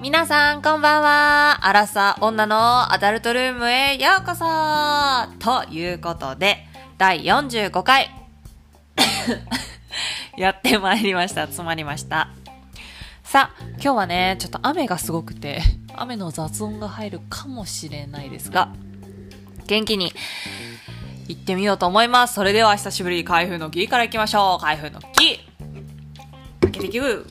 皆さんこんばんは。アラサー女のアダルトルームへようこそということで第45回やってまいりました。詰まりました。さあ今日はねちょっと雨がすごくて雨の雑音が入るかもしれないですが元気に行ってみようと思います。それでは久しぶりに開封の儀からいきましょう。開封の儀開けていく。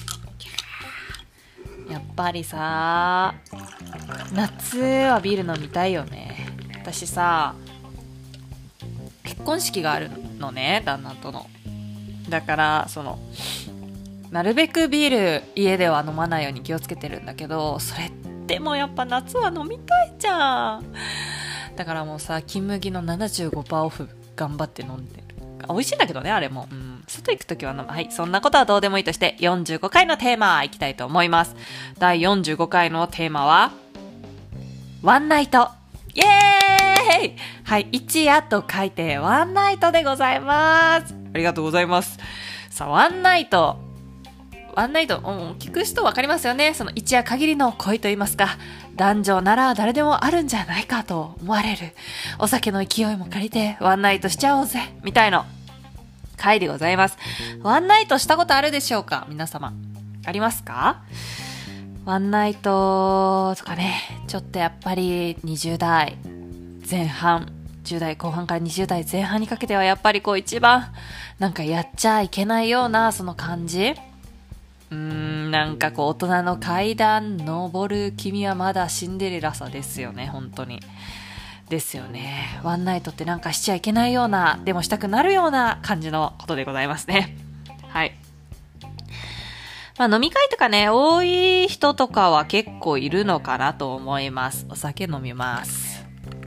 やっぱりさ夏はビール飲みたいよね。私さ結婚式があるのね、旦那との。だからなるべくビール家では飲まないように気をつけてるんだけど、それでもやっぱ夏は飲みたいじゃん。だからもうさ金麦の 75% オフ頑張って飲んでる。美味しいんだけどねあれも、外行くときははい、そんなことはどうでもいいとして45回のテーマいきたいと思います。第45回のテーマはワンナイト。イエーイ。はい、一夜と書いてワンナイトでございます。ありがとうございます。さあワンナイト、聞く人分かりますよね。その一夜限りの恋と言いますか、男女なら誰でもあるんじゃないかと思われるお酒の勢いも借りてワンナイトしちゃおうぜみたいな回でございます。ワンナイトしたことあるでしょうか皆様。ありますか？ワンナイトとかね、ちょっとやっぱり20代前半10代後半から20代前半にかけてはやっぱり一番なんかやっちゃいけないようなその感じ、なんか大人の階段登る君はまだシンデレラさですよね。本当にですよね。ワンナイトってなんかしちゃいけないような、でもしたくなるような感じのことでございますね。はい。飲み会とかね多い人とかは結構いるのかなと思います。お酒飲みます。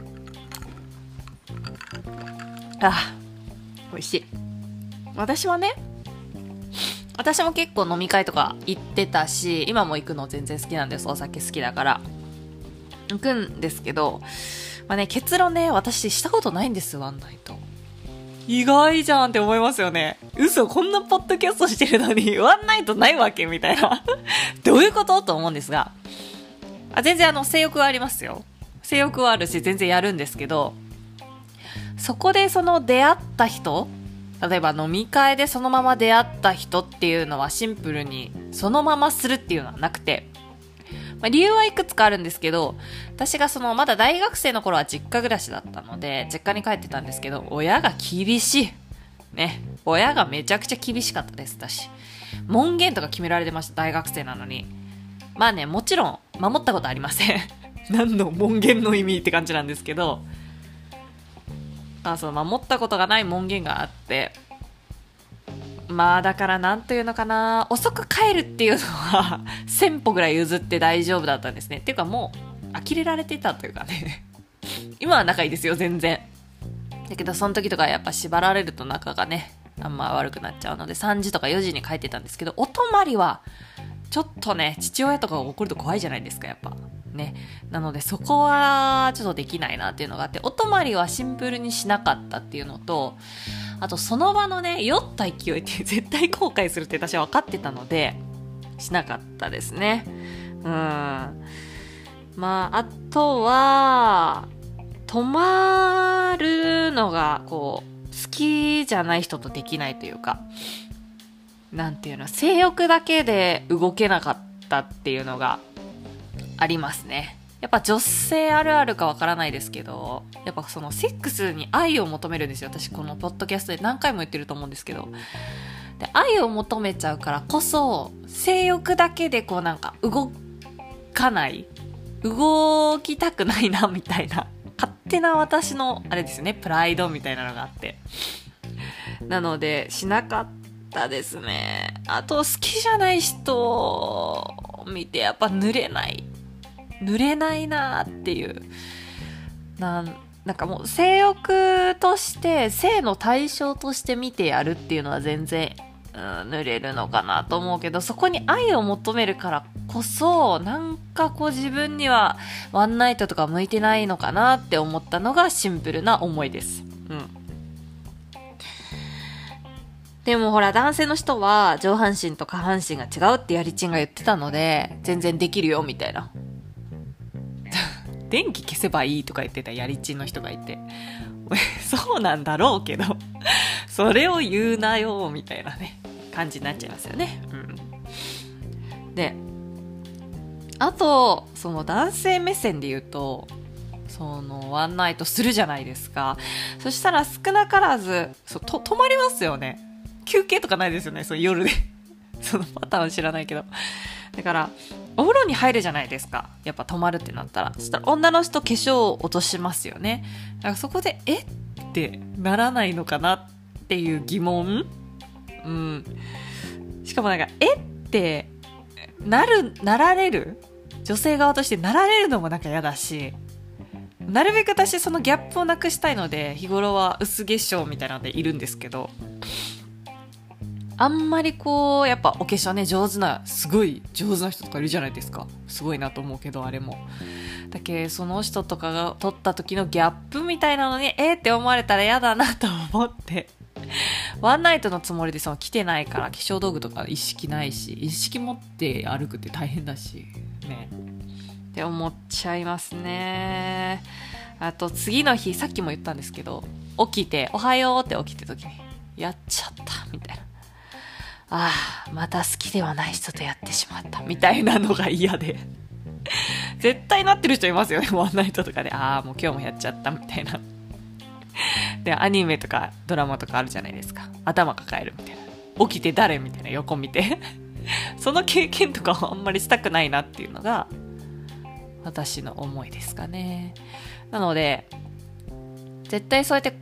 美味しい。私も結構飲み会とか行ってたし、今も行くの全然好きなんです。お酒好きだから行くんですけど、結論ね、私したことないんです。ワンナイト意外じゃんって思いますよね。嘘、こんなポッドキャストしてるのにワンナイトないわけみたいなどういうことと思うんですが、全然性欲はありますよ。性欲はあるし全然やるんですけど、そこで出会った人、例えば飲み会でそのまま出会った人っていうのはシンプルにそのままするっていうのはなくて、理由はいくつかあるんですけど、私がまだ大学生の頃は実家暮らしだったので実家に帰ってたんですけど、親が厳しいね。親がめちゃくちゃ厳しかったです。私門限とか決められてました。大学生なのに。もちろん守ったことありません何の門限の意味って感じなんですけど、守ったことがない門限があって、だからなんというのかな、遅く帰るっていうのは1000歩ぐらい譲って大丈夫だったんですね。っていうかもう呆れられてたというかね今は仲いいですよ全然。だけどその時とかやっぱ縛られると仲がねあんま悪くなっちゃうので3時とか4時に帰ってたんですけど、お泊まりはちょっとね父親とかが怒ると怖いじゃないですかやっぱね。なのでそこはちょっとできないなっていうのがあって、お泊まりはシンプルにしなかったっていうのと、あとその場のね酔った勢いって絶対後悔するって私は分かってたのでしなかったですね。あとは泊まるのが好きじゃない人とできないというか、なんていうの、性欲だけで動けなかったっていうのがありますね。やっぱ女性あるあるかわからないですけど、やっぱセックスに愛を求めるんですよ。私このポッドキャストで何回も言ってると思うんですけど、で愛を求めちゃうからこそ性欲だけでなんか動きたくないなみたいな勝手な私のあれですよね、プライドみたいなのがあって、なのでしなかったですね。あと好きじゃない人を見てやっぱ濡れないなっていう、なんかもう性欲として性の対象として見てやるっていうのは全然、濡れるのかなと思うけど、そこに愛を求めるからこそなんか自分にはワンナイトとか向いてないのかなって思ったのがシンプルな思いです。 でもほら、男性の人は上半身と下半身が違うってやりちんが言ってたので、全然できるよみたいな。電気消せばいいとか言ってたやりちんの人がいて、そうなんだろうけど、それを言うなよみたいなね、感じになっちゃいますよね。で、あと、その男性目線で言うと、そのワンナイトするじゃないですか。そしたら少なからず、泊まりますよね。休憩とかないですよね、その夜で。そのパターンは知らないけど。だから、お風呂に入るじゃないですか。やっぱ泊まるってなったら。そしたら女の人化粧を落としますよね。だからそこで、ってならないのかなっていう疑問。しかもなんか、ってなられる女性側としてなられるのもなんか嫌だし、なるべく私そのギャップをなくしたいので、日頃は薄化粧みたいなのでいるんですけど、あんまりこう、やっぱお化粧ね、すごい上手な人とかいるじゃないですか。すごいなと思うけど、あれも。だけその人とかが撮った時のギャップみたいなのに、って思われたら嫌だなと思って。ワンナイトのつもりで来てないから、化粧道具とか一式ないし、一式持って歩くって大変だし、ね。って思っちゃいますね。あと次の日、さっきも言ったんですけど、起きて、おはようって起きてる時に、やっちゃった、みたいな。また好きではない人とやってしまったみたいなのが嫌で絶対なってる人いますよね、ワンナイトとかで。もう今日もやっちゃったみたいな。で、アニメとかドラマとかあるじゃないですか。頭抱えるみたいな。起きて誰みたいな横見てその経験とかはあんまりしたくないなっていうのが私の思いですかね。なので絶対そうやって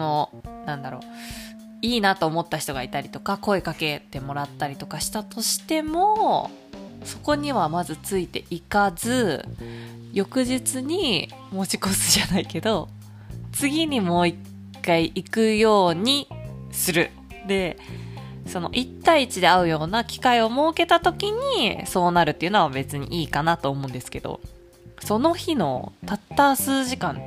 いいなと思った人がいたりとか、声かけてもらったりとかしたとしても、そこにはまずついていかず、翌日に持ち越すじゃないけど、次にもう一回行くようにする。で、その1対1で会うような機会を設けた時にそうなるっていうのは別にいいかなと思うんですけど、その日のたった数時間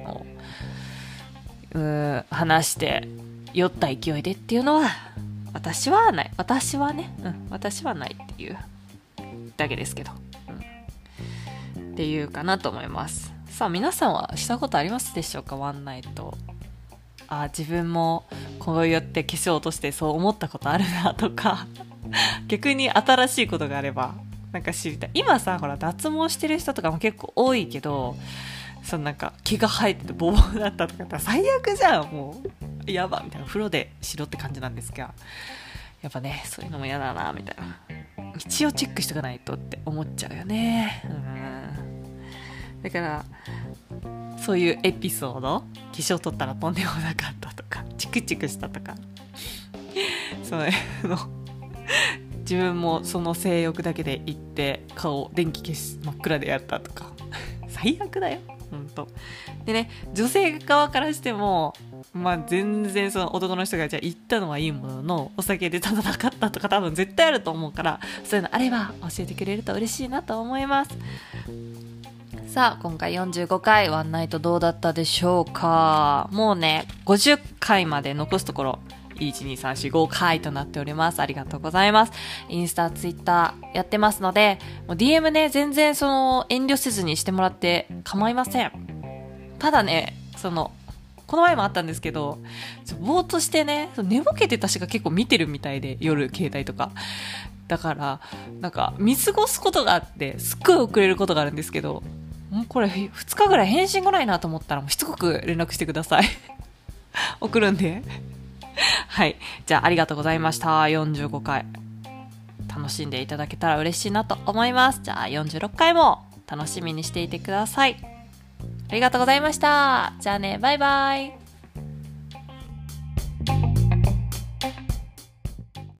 の話して酔った勢いでっていうのは私はないっていうだけですけど、っていうかなと思います。さあ皆さんはしたことありますでしょうか、ワンナイト。自分もこうやって化粧落としてそう思ったことあるなとか逆に新しいことがあればなんか知りたい。今さ、ほら脱毛してる人とかも結構多いけど、なんか毛が生えててボーボーだったとか最悪じゃん、もうやばみたいな。風呂でしろって感じなんですが、やっぱね、そういうのも嫌だなみたいな。一応チェックしとかないとって思っちゃうよね。だからそういうエピソード、化粧取ったらとんでもなかったとか、チクチクしたとかそういうの自分もその性欲だけで行って顔電気真っ暗でやったとか最悪だよ本当でね。女性側からしても全然その男の人がじゃあ行ったのはいいものの、お酒でただなかったとか多分絶対あると思うから、そういうのあれば教えてくれると嬉しいなと思います。さあ今回45回ワンナイトどうだったでしょうか。もうね50回まで残すところ1,2,3,4,5回となっております。ありがとうございます。インスタ、ツイッターやってますので、もう DM ね全然遠慮せずにしてもらって構いません。ただね、この前もあったんですけど、ぼーっとしてね、寝ぼけてた人が結構見てるみたいで、夜携帯とかだからなんか見過ごすことがあって、すっごい遅れることがあるんですけど、もうこれ2日ぐらい返信来ないなと思ったらもうしつこく連絡してください送るんではい、じゃあありがとうございました。45回楽しんでいただけたら嬉しいなと思います。じゃあ46回も楽しみにしていてください。ありがとうございました。じゃあね、バイバイ。